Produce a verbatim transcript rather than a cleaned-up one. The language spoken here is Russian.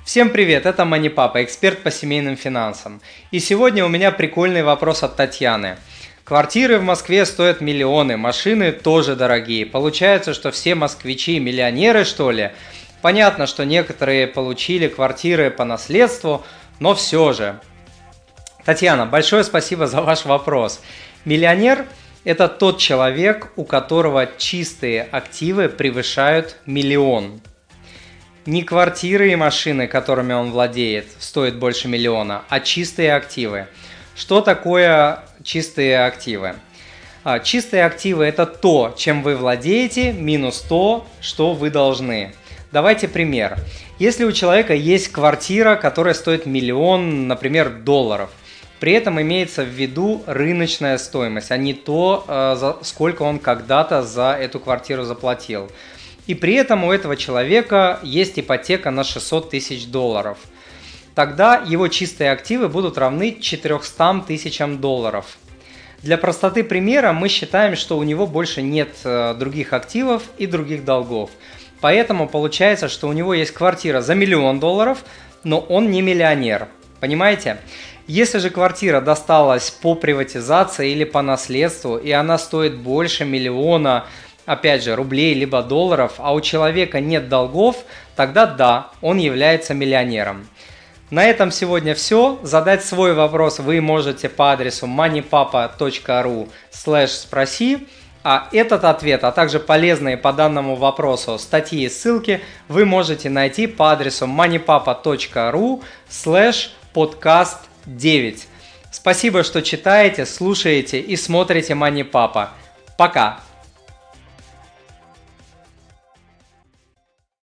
Всем привет, это Манипапа, эксперт по семейным финансам. И сегодня у меня прикольный вопрос от Татьяны. Квартиры в Москве стоят миллионы, машины тоже дорогие. Получается, что все москвичи миллионеры, что ли? Понятно, что некоторые получили квартиры по наследству, но все же. Татьяна, большое спасибо за ваш вопрос. Миллионер – это тот человек, у которого чистые активы превышают миллион. Не квартиры и машины, которыми он владеет, стоят больше миллиона, а чистые активы. Что такое чистые активы? Чистые активы – это то, чем вы владеете, минус то, что вы должны. Давайте пример. Если у человека есть квартира, которая стоит миллион, например, долларов, при этом имеется в виду рыночная стоимость, а не то, сколько он когда-то за эту квартиру заплатил. И при этом у этого человека есть ипотека на шестьсот тысяч долларов. Тогда его чистые активы будут равны четырёмстам тысячам долларов. Для простоты примера мы считаем, что у него больше нет других активов и других долгов. Поэтому получается, что у него есть квартира за миллион долларов, но он не миллионер. Понимаете? Если же квартира досталась по приватизации или по наследству, и она стоит больше миллиона, опять же, рублей либо долларов, а у человека нет долгов, тогда да, он является миллионером. На этом сегодня все. Задать свой вопрос вы можете по адресу манипапа точка ру слэш спроси, а этот ответ, а также полезные по данному вопросу статьи и ссылки вы можете найти по адресу манипапа точка ру слэш подкаст девять. Спасибо, что читаете, слушаете и смотрите Манипапа. Пока!